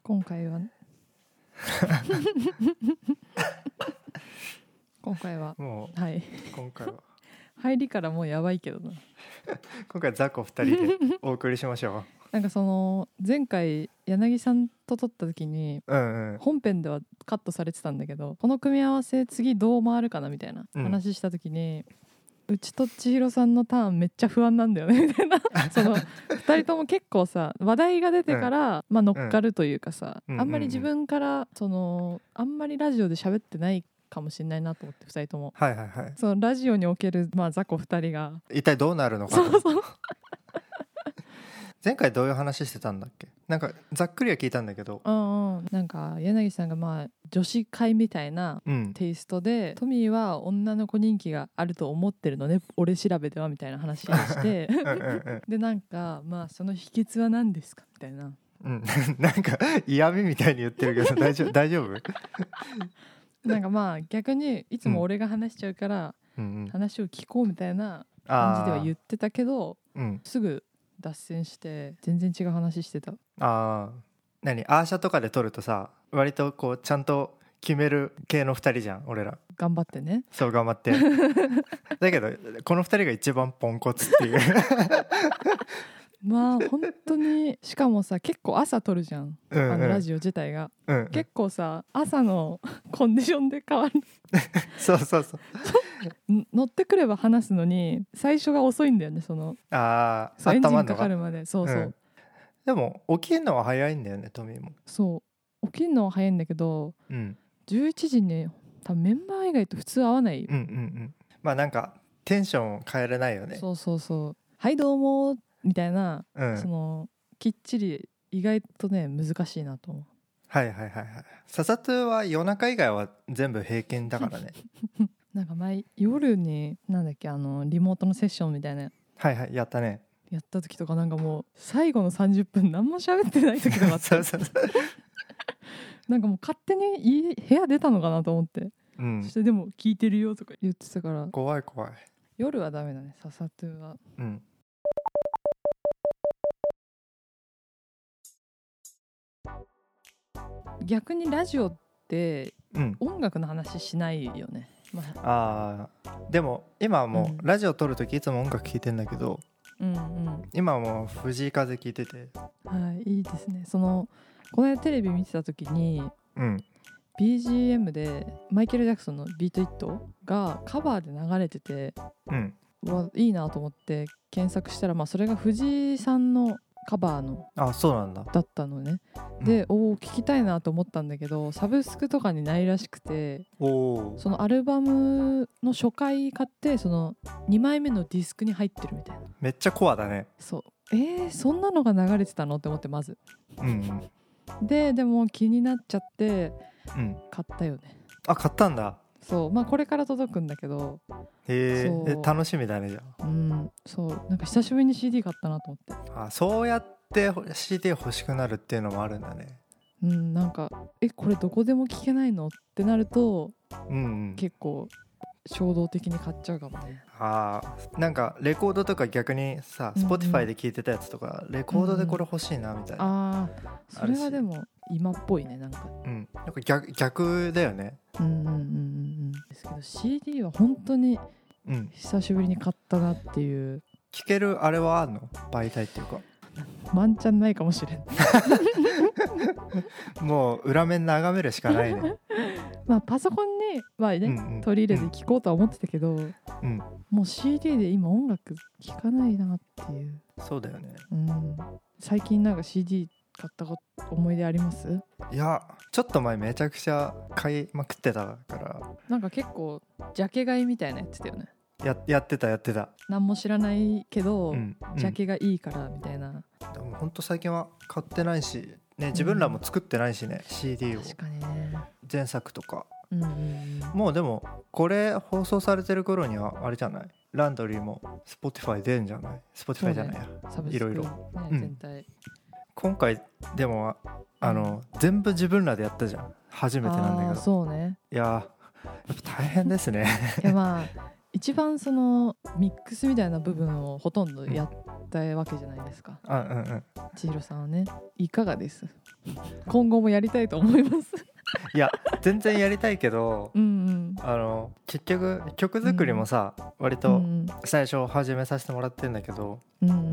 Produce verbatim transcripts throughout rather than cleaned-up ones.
今回は今回はもう、 はい、 今回は入りからもうやばいけどな今回ザコふたりでお送りしましょうなんかその前回柳さんと撮った時にうんうん本編ではカットされてたんだけど、この組み合わせ次どう回るかなみたいな話した時に、うん、うちと千尋さんのターンめっちゃ不安なんだよねみたいなそのふたりとも結構さ話題が出てから、うんまあ、乗っかるというかさ、うん、あんまり自分からそのあんまりラジオで喋ってないかもしれないなと思ってふたりとも、 はいはいはい、 そのラジオにおける、まあ、雑魚ふたりが一体どうなるのかと。 そうそう前回どういう話してたんだっけ。なんかざっくりは聞いたんだけど、 うんうん、なんか柳さんがまあ女子会みたいなテイストで、うん、トミーは女の子人気があると思ってるのね俺調べではみたいな話をしてうんうん、うん、でなんかまあその秘訣は何ですかみたいな、 うん、なんか嫌味みたいに言ってるけど大丈夫大丈夫なんかまあ逆にいつも俺が話しちゃうから、うん、話を聞こうみたいな感じでは言ってたけど、うん、すぐ脱線して全然違う話してた。 ああ、何アーシャとかで撮るとさ割とこうちゃんと決める系のふたりじゃん俺ら。 頑張ってね。 そう頑張ってだけどこのふたりが一番ポンコツっていうまあ本当にしかもさ結構朝撮るじゃん、うんうん、あのラジオ自体が、うんうん、結構さ朝のコンディションで変わるそうそうそう乗ってくれば話すのに最初が遅いんだよね。そのあそうエンジンかかるまで。そうそう、うん、 でも起きるのは早いんだよねトミーも。 そう起きるのは早いんだけど、うん、じゅういちじに多分メンバー以外と普通会わない、 うんうんうん、まあなんかテンション変えれないよね。 そうそうそうはいどうもみたいな、うん、そのきっちり意外とね難しいなと思う。 はいはいはいはい。ササトゥは夜中以外は全部平均だからねなんか前夜になんだっけあのリモートのセッションみたいなはいはいやったね。 やった時とかなんかもう最後のさんじゅっぷん何も喋ってない時とかあってそうそうそうなんかもう勝手にいい部屋出たのかなと思って、うん、そしてでも聞いてるよとか言ってたから怖い怖い。 夜はダメだねササトゥは。うん逆にラジオって音楽の話しないよね、うんまあ、あでも今はもうラジオ撮るときいつも音楽聴いてんだけど、うんうん、今はもう藤井風聴いてて、 はい、いいですね。そのこの間テレビ見てたときに、うん、ビージーエム でマイケル・ジャクソンのビート・イットがカバーで流れてて、うん、わいいなと思って検索したら、まあ、それが藤井さんのカバーのあそうなんだだったのね。で、うん、おお聞きたいなと思ったんだけどサブスクとかにないらしくて、おそのアルバムの初回買ってそのにまいめのディスクに入ってるみたいな。 めっちゃコアだね。 そうえー、そんなのが流れてたのって思ってまず、うんうん、ででも気になっちゃって、うん、買ったよね。 あ買ったんだ。 そうまあこれから届くんだけどへえ楽しみだねじゃあ。 うんそうなんか久しぶりに シーディー 買ったなと思って。 あそうやって シーディー 欲しくなるっていうのもあるんだね。 うんなんかえこれどこでも聞けないのってなると、うんうん、結構衝動的に買っちゃうかもね。 あなんかレコードとか逆にさ Spotify で聞いてたやつとか、うんうん、レコードでこれ欲しいなみたいな、うん、 あそれはでも今っぽいねなんか、 うん、なんか 逆, 逆だよね。 うんうんうんうんですけど シーディー は本当に久しぶりに買ったなっていう、うん、 聞けるあれはあるの媒体っていうかワンチャンないかもしれんもう裏面眺めるしかないねまあパソコンにはね、うんうん、取り入れて聞こうとは思ってたけど、うん、もう シーディー で今音楽聴かないなっていう。 そうだよね、 うん、最近なんか シーディー 買った思い出あります？ いやちょっと前めちゃくちゃ買いまくってたからなんか結構ジャケ買いみたいなやってたよね。 や, やってたやってた何も知らないけど、うん、ジャケがいいからみたいな、うん、 でもほんと最近は買ってないし、ね、自分らも作ってないしね、うん、シーディー を確かにね前作とか、うんうんうん、もうでもこれ放送されてる頃にはあれじゃないランドリーも Spotify 出るんじゃない Spotify じゃないや、ね、いろいろ、ねうん、全体今回でもあの、うん、全部自分らでやったじゃん初めてなんだけど。 そうね。 いややっぱ大変ですねいやまあ一番そのミックスみたいな部分をほとんどやったわけじゃないですか、 うんうんうん、 千尋さんはね。いかがです？今後もやりたいと思いますいや全然やりたいけどうん、うん、 あの結局曲作りもさ、うん、割と最初始めさせてもらってんだけど、 うんうんうん、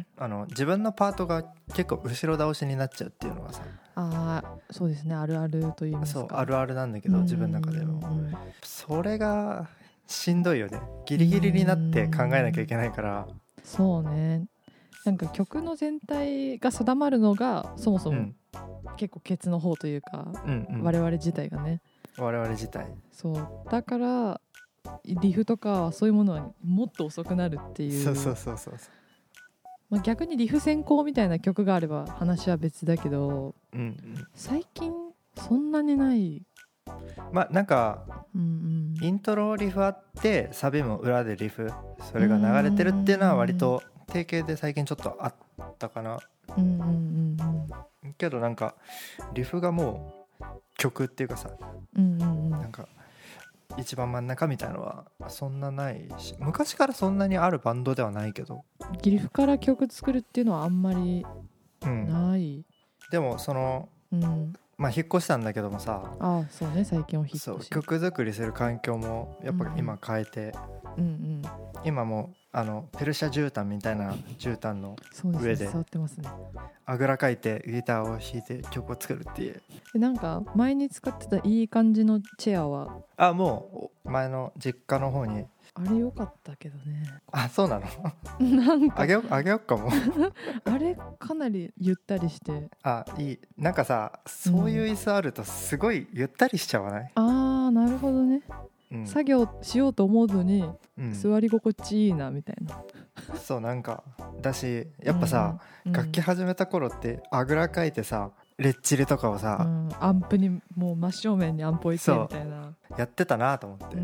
あの自分のパートが結構後ろ倒しになっちゃうっていうのがさ、 あそうですね、あるあると言いますか。 そうあるあるなんだけど、自分の中でも、うんうん、それがしんどいよね。ギリギリになって考えなきゃいけないから。 そうね、なんか曲の全体が定まるのがそもそも結構ケツの方というか、うんうん、我々自体がね、 我々自体そうだからリフとかそういうものはもっと遅くなるっていう。 そうそうそうそう、 まあ、逆にリフ先行みたいな曲があれば話は別だけど、 うんうん、 最近そんなにない。 まあなんか、うんうん、イントロリフあってサビも裏でリフそれが流れてるっていうのは割と定型で最近ちょっとあったかな、うんうんうんうん、けどなんかリフがもう曲っていうかさ、うんうんうん、なんか一番真ん中みたいなのはそんなないし、昔からそんなにあるバンドではないけど、 リフから曲作るっていうのはあんまりない、うん、 でもその、うんまあ、引っ越したんだけどもさ、 ああそうね、最近は引っ越し、そう曲作りする環境もやっぱ今変えて、うんうん、今もあのペルシャ絨毯みたいな絨毯の上であぐらかいてギターを弾いて曲を作るっていう。 でなんか前に使ってたいい感じのチェアは、 あもう前の実家の方に、 あれ良かったけどね。 あそうなのなんかあげよあげよっかもあれかなりゆったりして、 あいい、なんかさそういう椅子あるとすごいゆったりしちゃわない？ うん、あーなるほどね、うん、作業しようと思うのに、うん、座り心地いいなみたいなそうなんかだしやっぱさ、うん、楽器始めた頃ってあぐらかいてさレッチリとかをさ、うん、 アンプにもう真正面にアンプ置いてみたいなやってたなと思って、うん、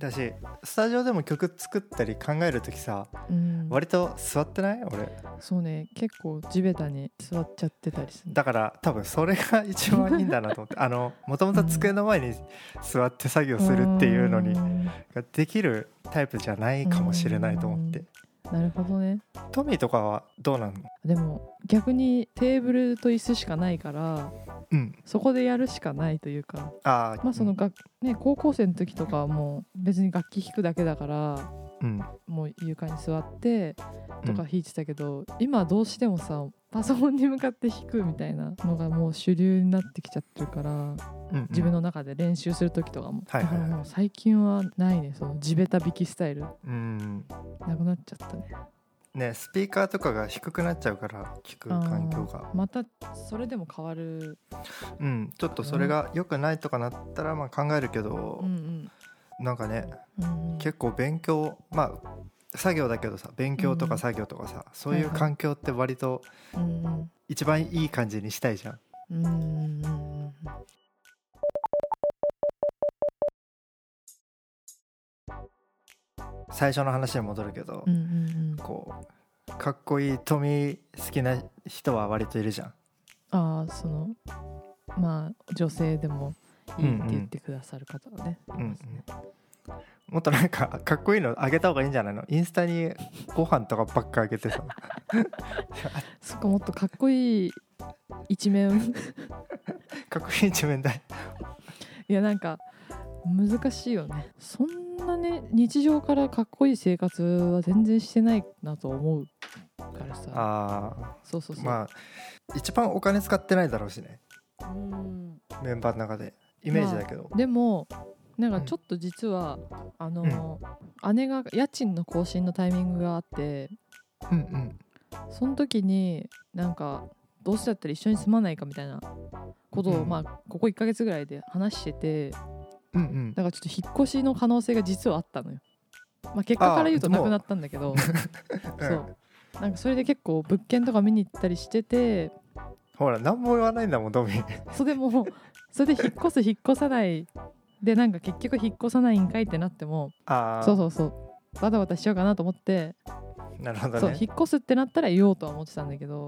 だしスタジオでも曲作ったり考えるときさ、うん、割と座ってない？俺そうね、結構地べたに座っちゃってたりする。 だから多分それが一番いいんだなと思ってあのもともと机の前に座って作業するっていうのに、うん、できるタイプじゃないかもしれないと思って、 なるほどね。 トミーとかはどうなの？ でも逆にテーブルと椅子しかないから、うん、そこでやるしかないというか、あ、まあそのが、ね、高校生の時とかはもう別に楽器弾くだけだから、うん、もう床に座ってとか弾いてたけど、うん、今どうしてもさパソコンに向かって弾くみたいなのがもう主流になってきちゃってるから、うんうん、自分の中で練習する時とかも、はいはいはい、もう最近はないね、その地べた弾きスタイル、うん、なくなっちゃったね。 ね、スピーカーとかが低くなっちゃうから聞く環境がまたそれでも変わる。 うんちょっとそれが良くないとかなったらまあ考えるけど、うんうん、なんかね、うんうん、結構勉強まあ作業だけどさ勉強とか作業とかさ、うんうん、そういう環境って割と一番いい感じにしたいじゃん、うんうんうん、最初の話に戻るけど、うんうんうん、こうかっこいいトミー好きな人は割といるじゃん。 ああそのまあ女性でもいいって言ってくださる方はね、うんうん、いますね。 もっとなんかかっこいいのあげた方がいいんじゃないの？インスタにご飯とかばっかあげてさそっか、もっとかっこいい一面かっこいい一面だいいやなんか難しいよね。そんなね日常からかっこいい生活は全然してないなと思うからさ。ああそうそうそう、まあ一番お金使ってないだろうしね、うんメンバーの中でイメージだけど、 まあ、でもなんかちょっと実は、うん、あの、うん、姉が家賃の更新のタイミングがあって、うんうん、その時になんかどうせだったら一緒に住まないかみたいなことを、うん、まあここいっかげつぐらいで話してて、うんうん、だからちょっと引っ越しの可能性が実はあったのよ。まあ、結果から言うとなくなったんだけどそうなんかそれで結構物件とか見に行ったりしてて、 ほら何も言わないんだもんドミそれでもそれで引っ越す引っ越さないでなんか結局引っ越さないんかいってなっても、あそうそうそうバタバタしようかなと思って、 なるほどね、 そう引っ越すってなったら言おうとは思ってたんだけど、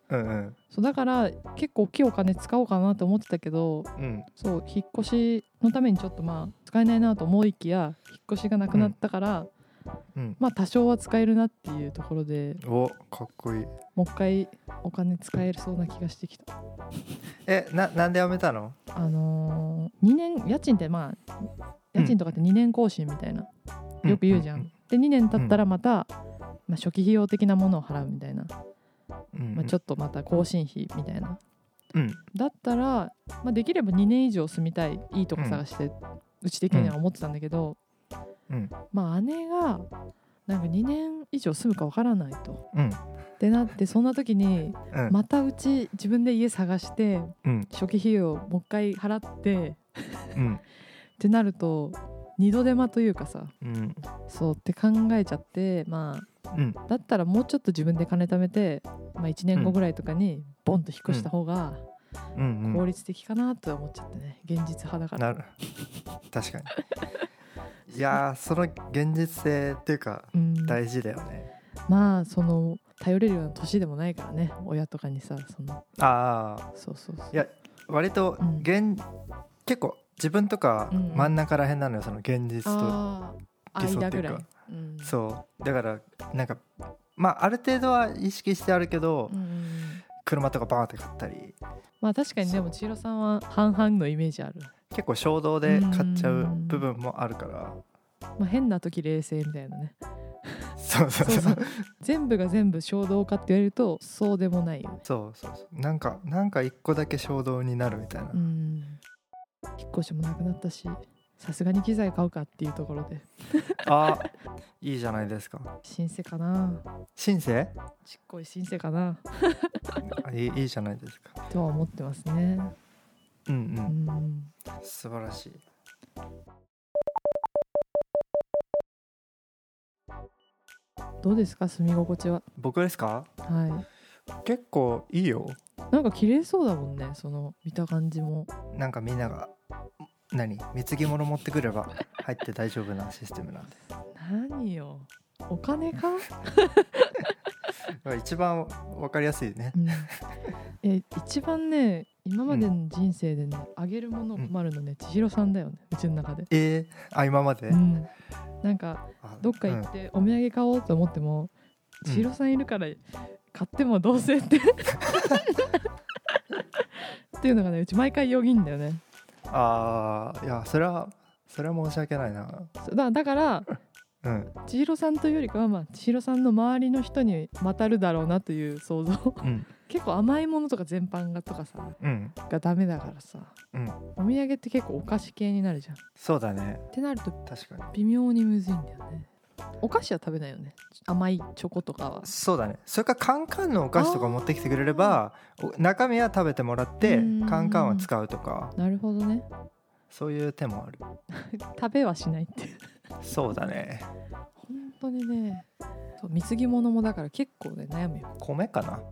うんうん、 そうだから結構大きいお金使おうかなと思ってたけど、うん、そう引っ越しのためにちょっとまあ使えないなと思いきや引っ越しがなくなったから、うん、まあ多少は使えるなっていうところで、 おかっこいい。 もう一回お金使えそうな気がしてきた。 えななんで辞めたの？ あのー、にねん家賃ってまあ家賃とかってにねん更新みたいな、うん、よく言うじゃん、うんうんうん、でにねん経ったらまた、うんまあ、初期費用的なものを払うみたいな、うんうんまあ、ちょっとまた更新費みたいな、うん、だったら、まあ、できればにねん以上住みたいいいとこ探して、うん、うち的には思ってたんだけど、うん、まあ姉がなんかにねん以上住むかわからないと、うん、ってなってそんな時に、うん、またうち自分で家探して、うん、初期費用もう一回払って、うん、ってなると二度手間というかさ、うん、そうって考えちゃってまあ、うん、だったらもうちょっと自分で金貯めて、まあ、いちねんごぐらいとかにボンと引っ越した方が効率的かなと思っちゃってね、現実派だから。 なる確かにいやその現実性っていうか、うん、大事だよね。 まあその頼れるような年でもないからね、親とかにさそのああそうそうそういや割と現、うん、結構自分とか真ん中らへんなのよ、その現実と理想っていうか、うん、そうだからなんかまあある程度は意識してあるけど、うん、車とかバーンって買ったり、 まあ確かにでも千尋さんは半々のイメージある。 結構衝動で買っちゃう部分もあるから、 まあ、変な時冷静みたいなねそうそうそうそう全部が全部衝動かって言われるとそうでもないよね。 そうそうそうなんかなんか一個だけ衝動になるみたいな。うん引っ越しもなくなったしさすがに機材買うかっていうところであいいじゃないですか。 シンセかな。 シンセちっこいシンセかないい, いいじゃないですかとは思ってますね。 うんうん、うん、素晴らしい。 どうですか住み心地は。 僕ですか？ はい、 結構いいよ。 なんか綺麗そうだもんね、その見た感じも。 なんかみんなが何貢ぎ物持ってくれば入って大丈夫なシステムなんで何よお金か一番分かりやすいね、うん、 え一番ね今までの人生でね、うん、あげるもの困るのね、千尋さんだよねうちの中で。 えー、あ今まで、うん、 なんかどっか行ってお土産買おうと思っても、うん、千尋さんいるから買ってもどうせってっていうのがねうち毎回よぎんだよね。 ああいやそれはそれは申し訳ないな。 だ, だからうん、千尋さんというよりかは、まあ、千尋さんの周りの人にまたるだろうなという想像、うん、結構甘いものとか全般がとかさ、うん、がダメだからさ、うん、お土産って結構お菓子系になるじゃん。 そうだねってなると確かに微妙にむずいんだよね。お菓子は食べないよね甘いチョコとかは。 そうだね。それからカンカンのお菓子とか持ってきてくれれば中身は食べてもらってカンカンは使うとか。 なるほどねそういう手もある食べはしないってそうだね本当にね。そう貢ぎ物もだから結構ね悩むよ。 米かな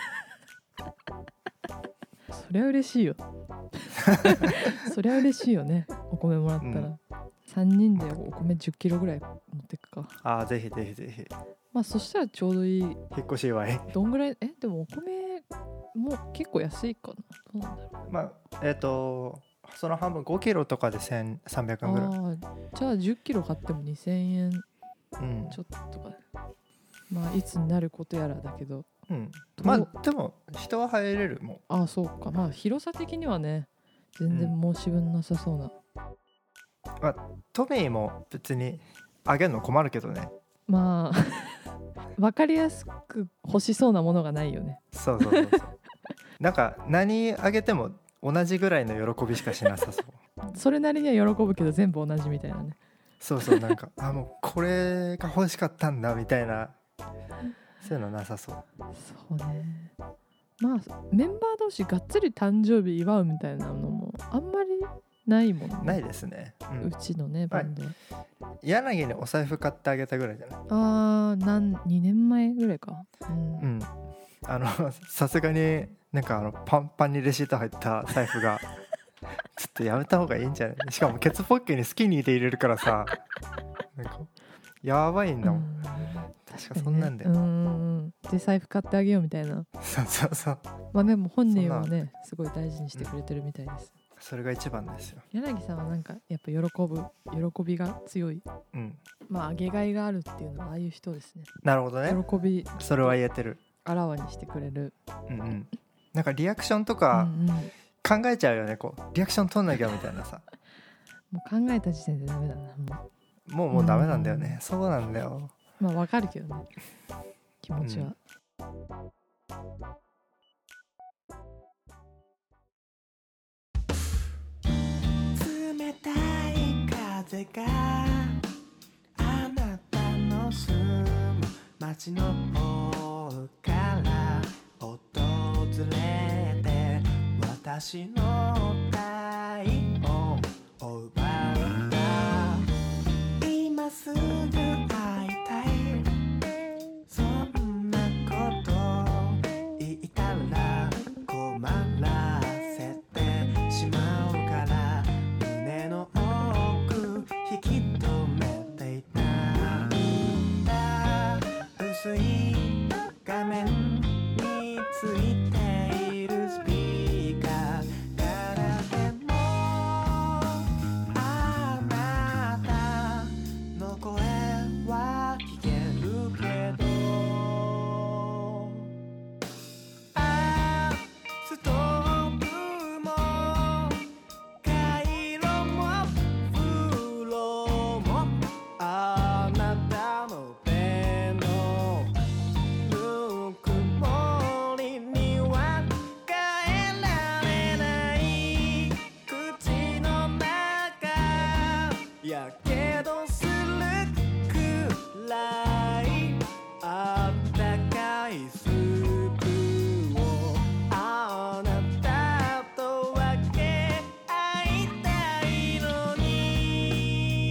そりゃ嬉しいよそりゃ嬉しいよねお米もらったら、うん、さんにんでお米じゅっキロぐらい持ってくか。 ああぜひぜひぜひ。 まあそしたらちょうどいい。引っ越し祝いどんぐらいえでもお米も結構安いかな。どうなんだろう。 まあえっ、ー、とその半分ごキロとかでせんさんびゃくえんぐらい。あじゃあじゅっキロ買ってもにせんえんちょっとか、うん、まあいつになることやらだけど、 うん、まあでも人は入れるもん。 ああそうか。まあ広さ的にはね全然申し分なさそうな、うんまあ、トミーも別にあげるの困るけどね。 まあ分かりやすく欲しそうなものがないよね。 そうそうそうそうなんか何あげても同じぐらいの喜びしかしなさそうそれなりには喜ぶけど全部同じみたいなね。 そうそうなんかあもうこれが欲しかったんだみたいなそういうのなさそう。 そうね。まあメンバー同士がっつり誕生日祝うみたいなのもあんまりないもんね。 ないですね、 うん、うちのねバンド、 はい、柳にお財布買ってあげたぐらいじゃない。 あーなんにねんまえぐらいか、うん、うん、 あのさすがになんかあのパンパンにレシート入った財布がちょっとやめた方がいいんじゃない。しかもケツポッケにスキニーで入れるからさなんかやばいんだもん、うん、確かそんなんだよ、ね、うんうんで財布買ってあげようみたいなそうそうそうまあでも本人はねすごい大事にしてくれてるみたいです、 うん、それが一番ですよ。 柳さんはなんかやっぱ喜ぶ喜びが強い、うん、まああげがいがあるっていうのはああいう人ですね。 なるほどね、 喜びそれは言えてる、 あらわにしてくれる、 うんうん、なんかリアクションとか考えちゃうよね、こうリアクション取んなきゃみたいなさもう考えた時点でダメだな、もうもうもうダメなんだよね、うん、そうなんだよ。 まあわかるけどね気持ちは、うん冷たい風があなたの住む街の方から訪れて私の体温を奪った今すぐ会いたいそんなこと言ったら困らせてしまうから胸の奥引き止めていたんだ薄い画面についているスピーカーからでもあなたの声は聞けるけどあストーブもカイロも風呂もあなたの手のぬくもりには変えられない口の中やけどするくらいあったかいスープをあなたと分け合いたいのに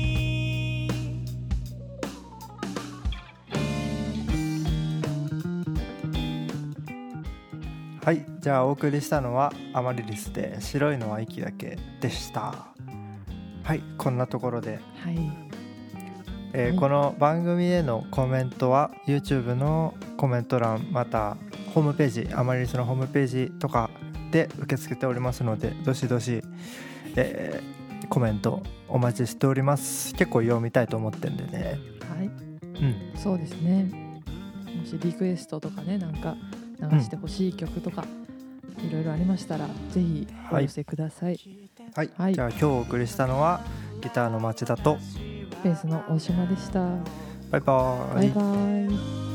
はい、じゃあお送りしたのはアマリリスで白いのは息だけでした。はい、こんなところで、 はいえーはい、この番組へのコメントは YouTube のコメント欄またホームページアマリリスのホームページとかで受け付けておりますのでどしどし、えー、コメントお待ちしております。結構読みたいと思ってんでね。 はい、 うん、 そうですね。もしリクエストとかねなんか流してほしい曲とか、うん、いろいろありましたらぜひお寄せください。 はい、はい、じゃあ今日お送りしたのはギターの町田とベースの大島でした。 バイバーイ。 バイバイ。